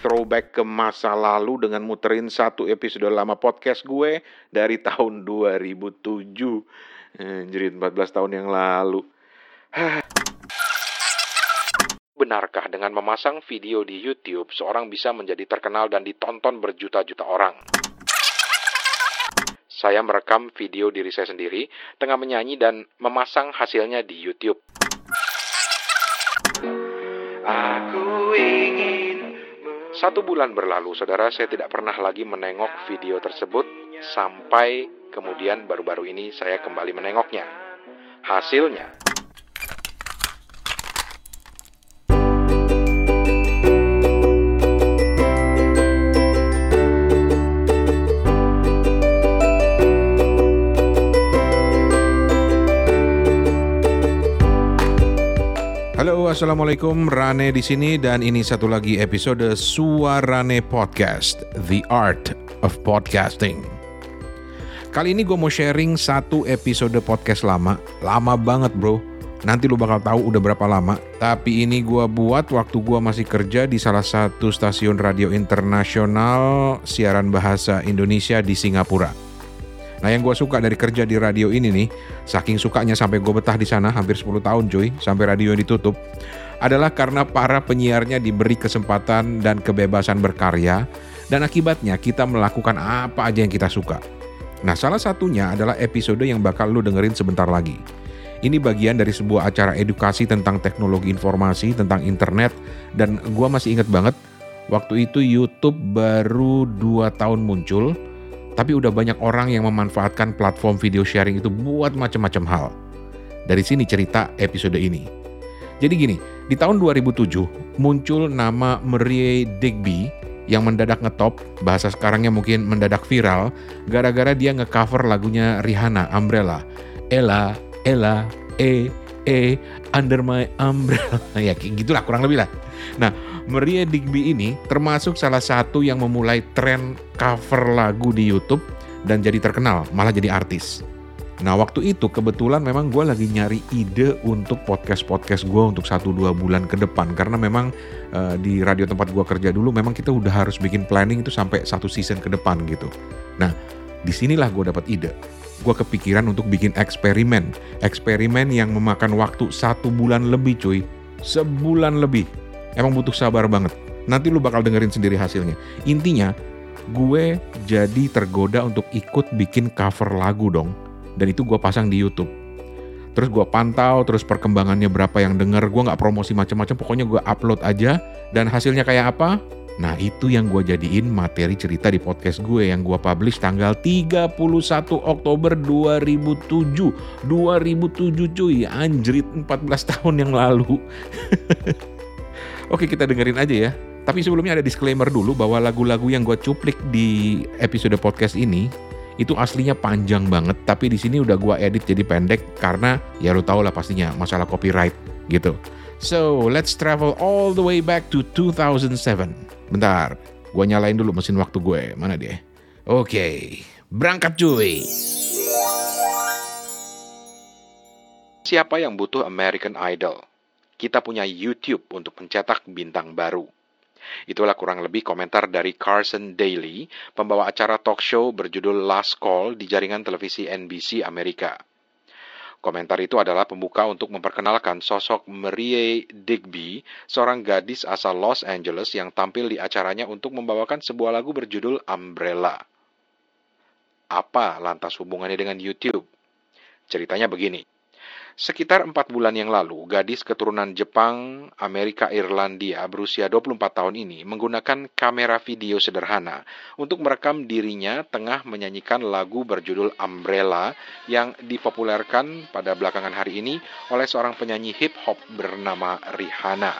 throwback ke masa lalu dengan muterin satu episode lama podcast gue dari tahun 2007. Jadi 14 tahun yang lalu. Benarkah dengan memasang video di YouTube, seorang bisa menjadi terkenal dan ditonton berjuta-juta orang? Saya merekam video diri saya sendiri, tengah menyanyi dan memasang hasilnya di YouTube. Aku ingin... 1 bulan berlalu, saudara, saya tidak pernah lagi menengok video tersebut, sampai kemudian baru-baru ini saya kembali menengoknya. Hasilnya... Halo, assalamualaikum. Rane di sini dan ini satu lagi episode Suarane Podcast, The Art of Podcasting. Kali ini gue mau sharing satu episode podcast lama banget bro. Nanti lu bakal tahu udah berapa lama. Tapi ini gue buat waktu gue masih kerja di salah satu stasiun radio internasional siaran bahasa Indonesia di Singapura. Nah, yang gue suka dari kerja di radio ini nih, saking sukanya sampai gue betah di sana hampir 10 tahun cuy, sampai radio ditutup, adalah karena para penyiarnya diberi kesempatan dan kebebasan berkarya, dan akibatnya kita melakukan apa aja yang kita suka. Nah, salah satunya adalah episode yang bakal lu dengerin sebentar lagi. Ini bagian dari sebuah acara edukasi tentang teknologi informasi, tentang internet, dan gue masih inget banget, waktu itu YouTube baru 2 tahun muncul, tapi udah banyak orang yang memanfaatkan platform video sharing itu buat macam-macam hal. Dari sini cerita episode ini. Jadi gini, di tahun 2007 muncul nama Marie Digby yang mendadak ngetop, bahasa sekarangnya mungkin mendadak viral, gara-gara dia ngecover lagunya Rihanna, Umbrella. Ella, under my umbrella. Ya gitulah kurang lebih lah. Nah, Marie Digby ini termasuk salah satu yang memulai tren cover lagu di YouTube dan jadi terkenal, malah jadi artis. Nah, waktu itu kebetulan memang gue lagi nyari ide untuk podcast gue untuk 1-2 bulan ke depan. Karena memang di radio tempat gue kerja dulu memang kita udah harus bikin planning itu sampai 1 season ke depan gitu. Nah, disinilah gue dapat ide. Gue kepikiran untuk bikin eksperimen yang memakan waktu 1 bulan lebih cuy. Sebulan lebih. Emang butuh sabar banget. Nanti lu bakal dengerin sendiri hasilnya. Intinya, gue jadi tergoda untuk ikut bikin cover lagu dong. Dan itu gue pasang di YouTube. Terus gue pantau, terus perkembangannya berapa yang denger. Gue gak promosi macam-macam, pokoknya gue upload aja. Dan hasilnya kayak apa? Nah, itu yang gue jadiin materi cerita di podcast gue yang gue publish tanggal 31 Oktober 2007. 2007 cuy, anjrit 14 tahun yang lalu. Oke, kita dengerin aja ya. Tapi sebelumnya ada disclaimer dulu bahwa lagu-lagu yang gue cuplik di episode podcast ini itu aslinya panjang banget, tapi di sini udah gue edit jadi pendek karena ya lu tau lah pastinya masalah copyright gitu. So, let's travel all the way back to 2007. Bentar, gue nyalain dulu mesin waktu gue. Mana dia? Oke, berangkat cuy. Siapa yang butuh American Idol? Kita punya YouTube untuk mencetak bintang baru. Itulah kurang lebih komentar dari Carson Daly, pembawa acara talk show berjudul Last Call di jaringan televisi NBC Amerika. Komentar itu adalah pembuka untuk memperkenalkan sosok Marie Digby, seorang gadis asal Los Angeles yang tampil di acaranya untuk membawakan sebuah lagu berjudul Umbrella. Apa lantas hubungannya dengan YouTube? Ceritanya begini. Sekitar 4 bulan yang lalu, gadis keturunan Jepang, Amerika, Irlandia berusia 24 tahun ini menggunakan kamera video sederhana untuk merekam dirinya tengah menyanyikan lagu berjudul Umbrella yang dipopulerkan pada belakangan hari ini oleh seorang penyanyi hip hop bernama Rihanna.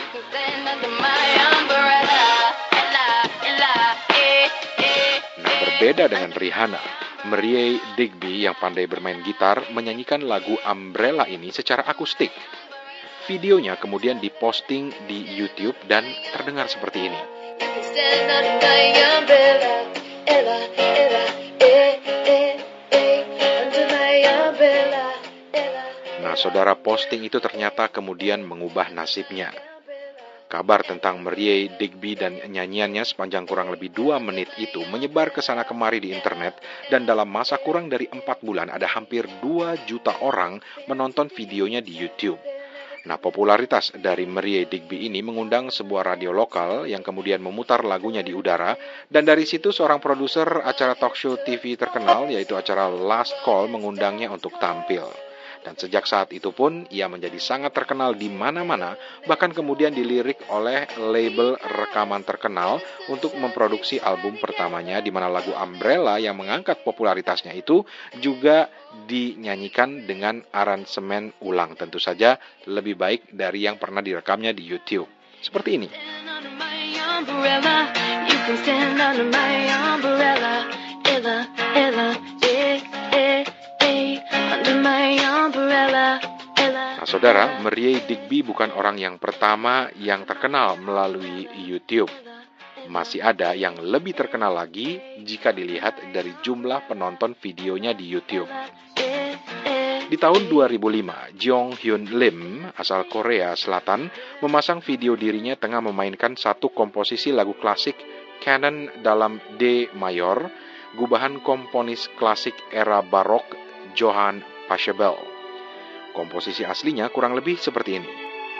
Nah, berbeda dengan Rihanna, Marie Digby yang pandai bermain gitar menyanyikan lagu Umbrella ini secara akustik. Videonya kemudian diposting di YouTube dan terdengar seperti ini. Nah, saudara, posting itu ternyata kemudian mengubah nasibnya. Kabar tentang Murray Digby dan nyanyiannya sepanjang kurang lebih 2 menit itu menyebar ke sana kemari di internet, dan dalam masa kurang dari 4 bulan ada hampir 2 juta orang menonton videonya di YouTube. Nah, popularitas dari Murray Digby ini mengundang sebuah radio lokal yang kemudian memutar lagunya di udara, dan dari situ seorang produser acara talk show TV terkenal yaitu acara Last Call mengundangnya untuk tampil. Dan sejak saat itu pun ia menjadi sangat terkenal di mana-mana, bahkan kemudian dilirik oleh label rekaman terkenal untuk memproduksi album pertamanya, di mana lagu Umbrella yang mengangkat popularitasnya itu juga dinyanyikan dengan aransemen ulang, tentu saja lebih baik dari yang pernah direkamnya di YouTube. Seperti ini. Nah, saudara, Murray Digby bukan orang yang pertama yang terkenal melalui YouTube. Masih ada yang lebih terkenal lagi jika dilihat dari jumlah penonton videonya di YouTube. Di tahun 2005, Jong Hyun Lim, asal Korea Selatan, memasang video dirinya tengah memainkan satu komposisi lagu klasik Canon dalam D mayor, gubahan komponis klasik era barok Johann Pachelbel. Komposisi aslinya kurang lebih seperti ini.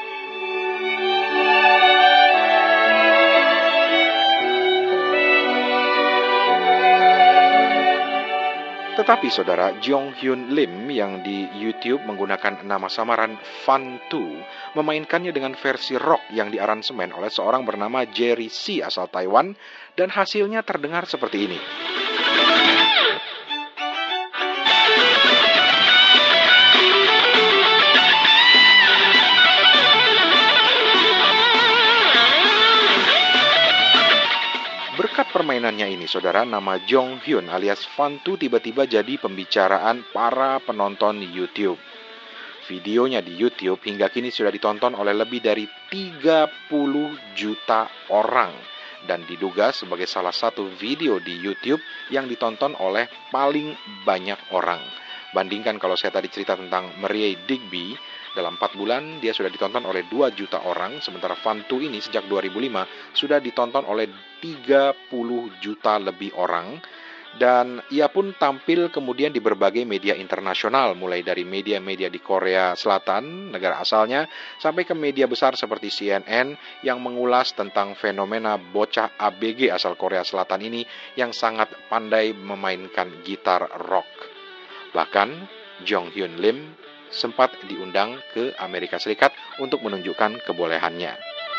Tetapi saudara, Jong Hyun Lim yang di YouTube menggunakan nama samaran Fan2 memainkannya dengan versi rock yang diaransemen oleh seorang bernama Jerry C asal Taiwan, dan hasilnya terdengar seperti ini. Berkat permainannya ini, saudara, nama Jong Hyun alias Fan2 tiba-tiba jadi pembicaraan para penonton YouTube. Videonya di YouTube hingga kini sudah ditonton oleh lebih dari 30 juta orang dan diduga sebagai salah satu video di YouTube yang ditonton oleh paling banyak orang. Bandingkan kalau saya tadi cerita tentang Murray Digby, dalam 4 bulan dia sudah ditonton oleh 2 juta orang, sementara Fan2 ini sejak 2005 sudah ditonton oleh 30 juta lebih orang. Dan ia pun tampil kemudian di berbagai media internasional, mulai dari media-media di Korea Selatan, negara asalnya, sampai ke media besar seperti CNN yang mengulas tentang fenomena bocah ABG asal Korea Selatan ini yang sangat pandai memainkan gitar rock. Bahkan Jong Hyun Lim sempat diundang ke Amerika Serikat untuk menunjukkan kebolehannya.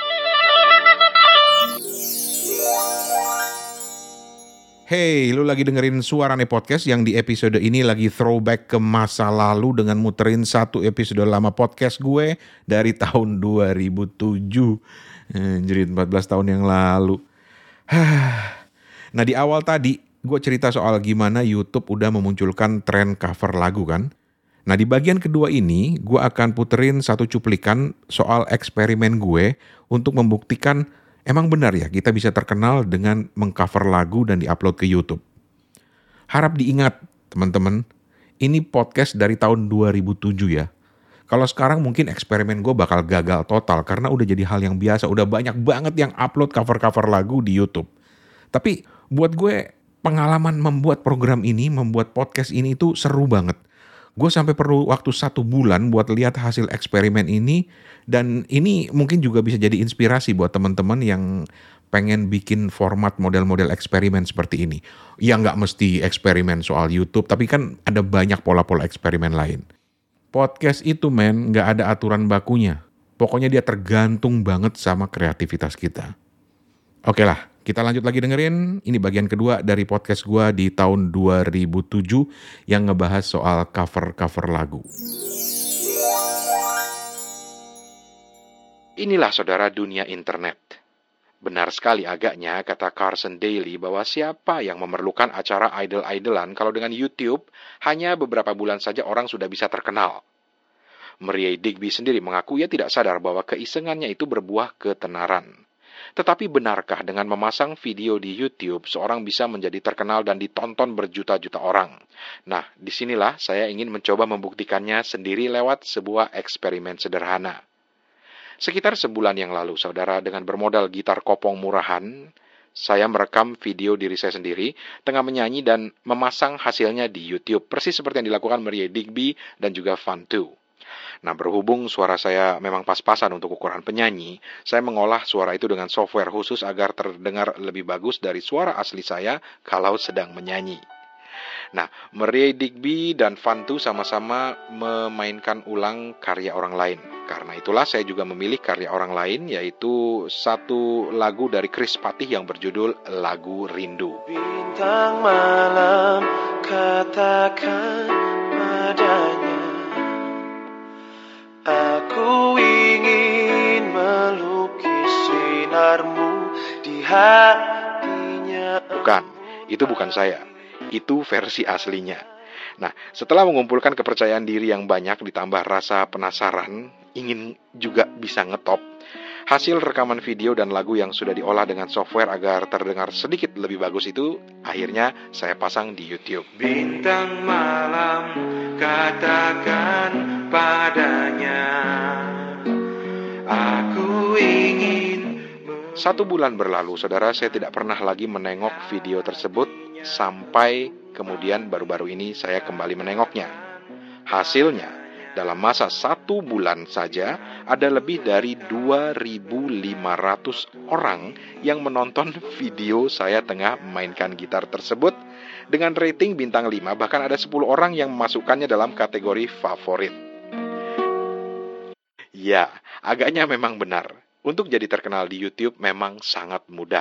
Hey, lu lagi dengerin Suarane Podcast yang di episode ini lagi throwback ke masa lalu dengan muterin satu episode lama podcast gue dari tahun 2007. Jadi 14 tahun yang lalu. Nah, di awal tadi gue cerita soal gimana YouTube udah memunculkan tren cover lagu kan. Nah, di bagian kedua ini gue akan puterin satu cuplikan soal eksperimen gue untuk membuktikan emang benar ya kita bisa terkenal dengan mengcover lagu dan diupload ke YouTube. Harap diingat teman-teman, ini podcast dari tahun 2007 ya. Kalau sekarang mungkin eksperimen gue bakal gagal total karena udah jadi hal yang biasa, udah banyak banget yang upload cover-cover lagu di YouTube. Tapi buat gue pengalaman membuat program ini, membuat podcast ini itu seru banget. Gue sampai perlu waktu 1 bulan buat lihat hasil eksperimen ini, dan ini mungkin juga bisa jadi inspirasi buat teman-teman yang pengen bikin format model-model eksperimen seperti ini. Ya nggak mesti eksperimen soal YouTube, tapi kan ada banyak pola-pola eksperimen lain. Podcast itu nggak ada aturan bakunya. Pokoknya dia tergantung banget sama kreativitas kita. Oke lah, kita lanjut lagi dengerin. Ini bagian kedua dari podcast gue di tahun 2007 yang ngebahas soal cover-cover lagu. Inilah saudara dunia internet. Benar sekali agaknya kata Carson Daly bahwa siapa yang memerlukan acara idol-idolan kalau dengan YouTube hanya beberapa bulan saja orang sudah bisa terkenal. Murray Digby sendiri mengaku ia tidak sadar bahwa keisengannya itu berbuah ketenaran. Tetapi benarkah dengan memasang video di YouTube seorang bisa menjadi terkenal dan ditonton berjuta-juta orang? Nah, disinilah saya ingin mencoba membuktikannya sendiri lewat sebuah eksperimen sederhana. Sekitar sebulan yang lalu, saudara, dengan bermodal gitar kopong murahan, saya merekam video diri saya sendiri, tengah menyanyi dan memasang hasilnya di YouTube, persis seperti yang dilakukan Maria Digby dan juga Fun2. Nah, berhubung suara saya memang pas-pasan untuk ukuran penyanyi, saya mengolah suara itu dengan software khusus agar terdengar lebih bagus dari suara asli saya kalau sedang menyanyi. Nah, Maria Digby dan Fun2 sama-sama memainkan ulang karya orang lain. Karena itulah saya juga memilih karya orang lain, yaitu satu lagu dari Chris Patih yang berjudul Lagu Rindu. Bintang malam, katakan padanya, aku ingin melukis sinarmu di hatinya. Bukan, itu bukan saya. Itu versi aslinya. Nah, setelah mengumpulkan kepercayaan diri yang banyak ditambah rasa penasaran, ingin juga bisa ngetop, hasil rekaman video dan lagu yang sudah diolah dengan software agar terdengar sedikit lebih bagus itu, akhirnya saya pasang di YouTube. Bintang malam, katakan padanya, aku ingin. 1 bulan berlalu, saudara, saya tidak pernah lagi menengok video tersebut sampai kemudian baru-baru ini saya kembali menengoknya. Hasilnya, dalam masa 1 bulan saja, ada lebih dari 2.500 orang yang menonton video saya tengah memainkan gitar tersebut dengan rating bintang 5, bahkan ada 10 orang yang memasukkannya dalam kategori favorit. Ya, agaknya memang benar. Untuk jadi terkenal di YouTube memang sangat mudah.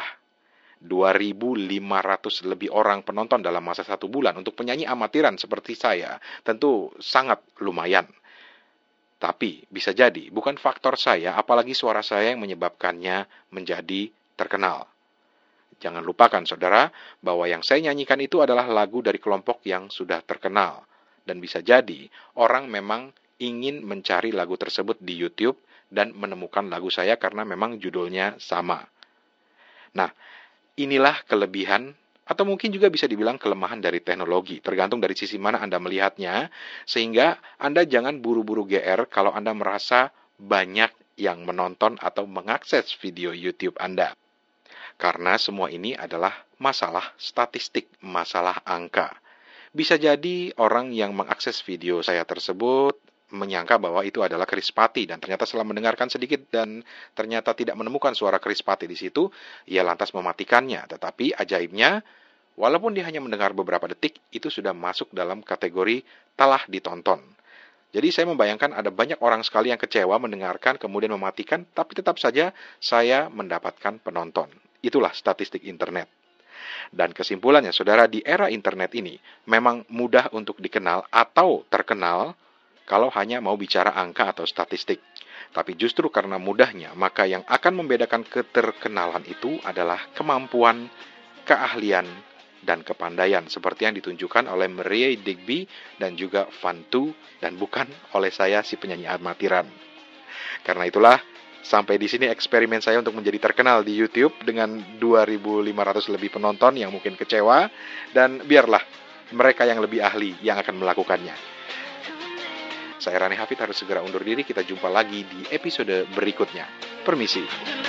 2.500 lebih orang penonton dalam masa 1 bulan untuk penyanyi amatiran seperti saya tentu sangat lumayan. Tapi bisa jadi bukan faktor saya, apalagi suara saya yang menyebabkannya menjadi terkenal. Jangan lupakan, saudara, bahwa yang saya nyanyikan itu adalah lagu dari kelompok yang sudah terkenal. Dan bisa jadi orang memang ingin mencari lagu tersebut di YouTube dan menemukan lagu saya karena memang judulnya sama. Nah, inilah kelebihan atau mungkin juga bisa dibilang kelemahan dari teknologi, tergantung dari sisi mana Anda melihatnya, sehingga Anda jangan buru-buru GR kalau Anda merasa banyak yang menonton atau mengakses video YouTube Anda. Karena semua ini adalah masalah statistik, masalah angka. Bisa jadi orang yang mengakses video saya tersebut menyangka bahwa itu adalah Chris Patih, dan ternyata setelah mendengarkan sedikit dan ternyata tidak menemukan suara Chris Patih di situ, ia lantas mematikannya. Tetapi ajaibnya, walaupun dia hanya mendengar beberapa detik, itu sudah masuk dalam kategori telah ditonton. Jadi saya membayangkan ada banyak orang sekali yang kecewa mendengarkan kemudian mematikan, tapi tetap saja saya mendapatkan penonton. Itulah statistik internet. Dan kesimpulannya, saudara, di era internet ini memang mudah untuk dikenal atau terkenal kalau hanya mau bicara angka atau statistik. Tapi justru karena mudahnya, maka yang akan membedakan keterkenalan itu adalah kemampuan, keahlian, dan kepandaian seperti yang ditunjukkan oleh Maria Digby dan juga Fun2, dan bukan oleh saya si penyanyi amatiran. Karena itulah, sampai di sini eksperimen saya untuk menjadi terkenal di YouTube dengan 2.500 lebih penonton yang mungkin kecewa, dan biarlah mereka yang lebih ahli yang akan melakukannya. Saya Rani Hafid harus segera undur diri, kita jumpa lagi di episode berikutnya. Permisi.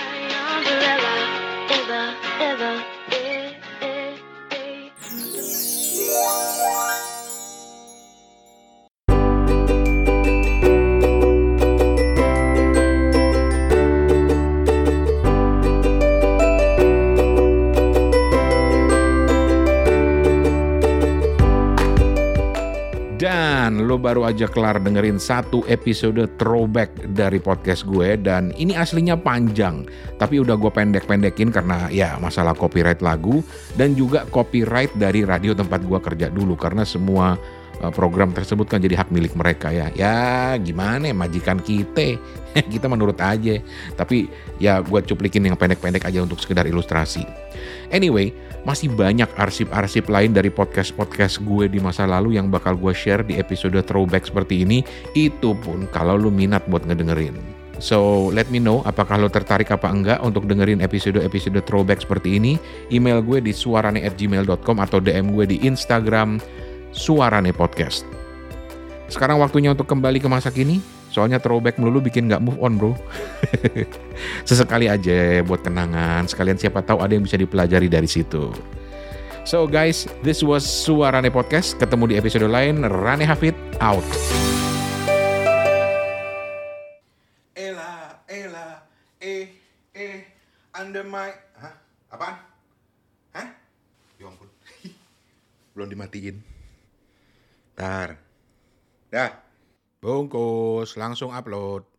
Dan lo baru aja kelar dengerin 1 episode throwback dari podcast gue, dan ini aslinya panjang, tapi udah gue pendek-pendekin karena ya masalah copyright lagu dan juga copyright dari radio tempat gue kerja dulu, karena semua program tersebut kan jadi hak milik mereka ya. Ya gimana ya, majikan kita kita menurut aja, tapi ya gue cuplikin yang pendek-pendek aja untuk sekedar ilustrasi. Anyway, masih banyak arsip-arsip lain dari podcast-podcast gue di masa lalu yang bakal gue share di episode throwback seperti ini. Itu pun kalau lu minat buat ngedengerin. So, let me know apakah lo tertarik apa enggak untuk dengerin episode-episode throwback seperti ini. Email gue di suarane@gmail.com atau DM gue di Instagram Suarane Podcast. Sekarang waktunya untuk kembali ke masa kini. Soalnya throwback melulu bikin nggak move on, bro. Sesekali aja buat kenangan. Sekalian siapa tahu ada yang bisa dipelajari dari situ. So guys, this was Suarane Podcast. Ketemu di episode lain. Rane Hafid, out. Ella, under my... Hah? Apaan? Hah? Ya ampun. Belum dimatiin. Ntar. Dah. Bungkus, langsung upload.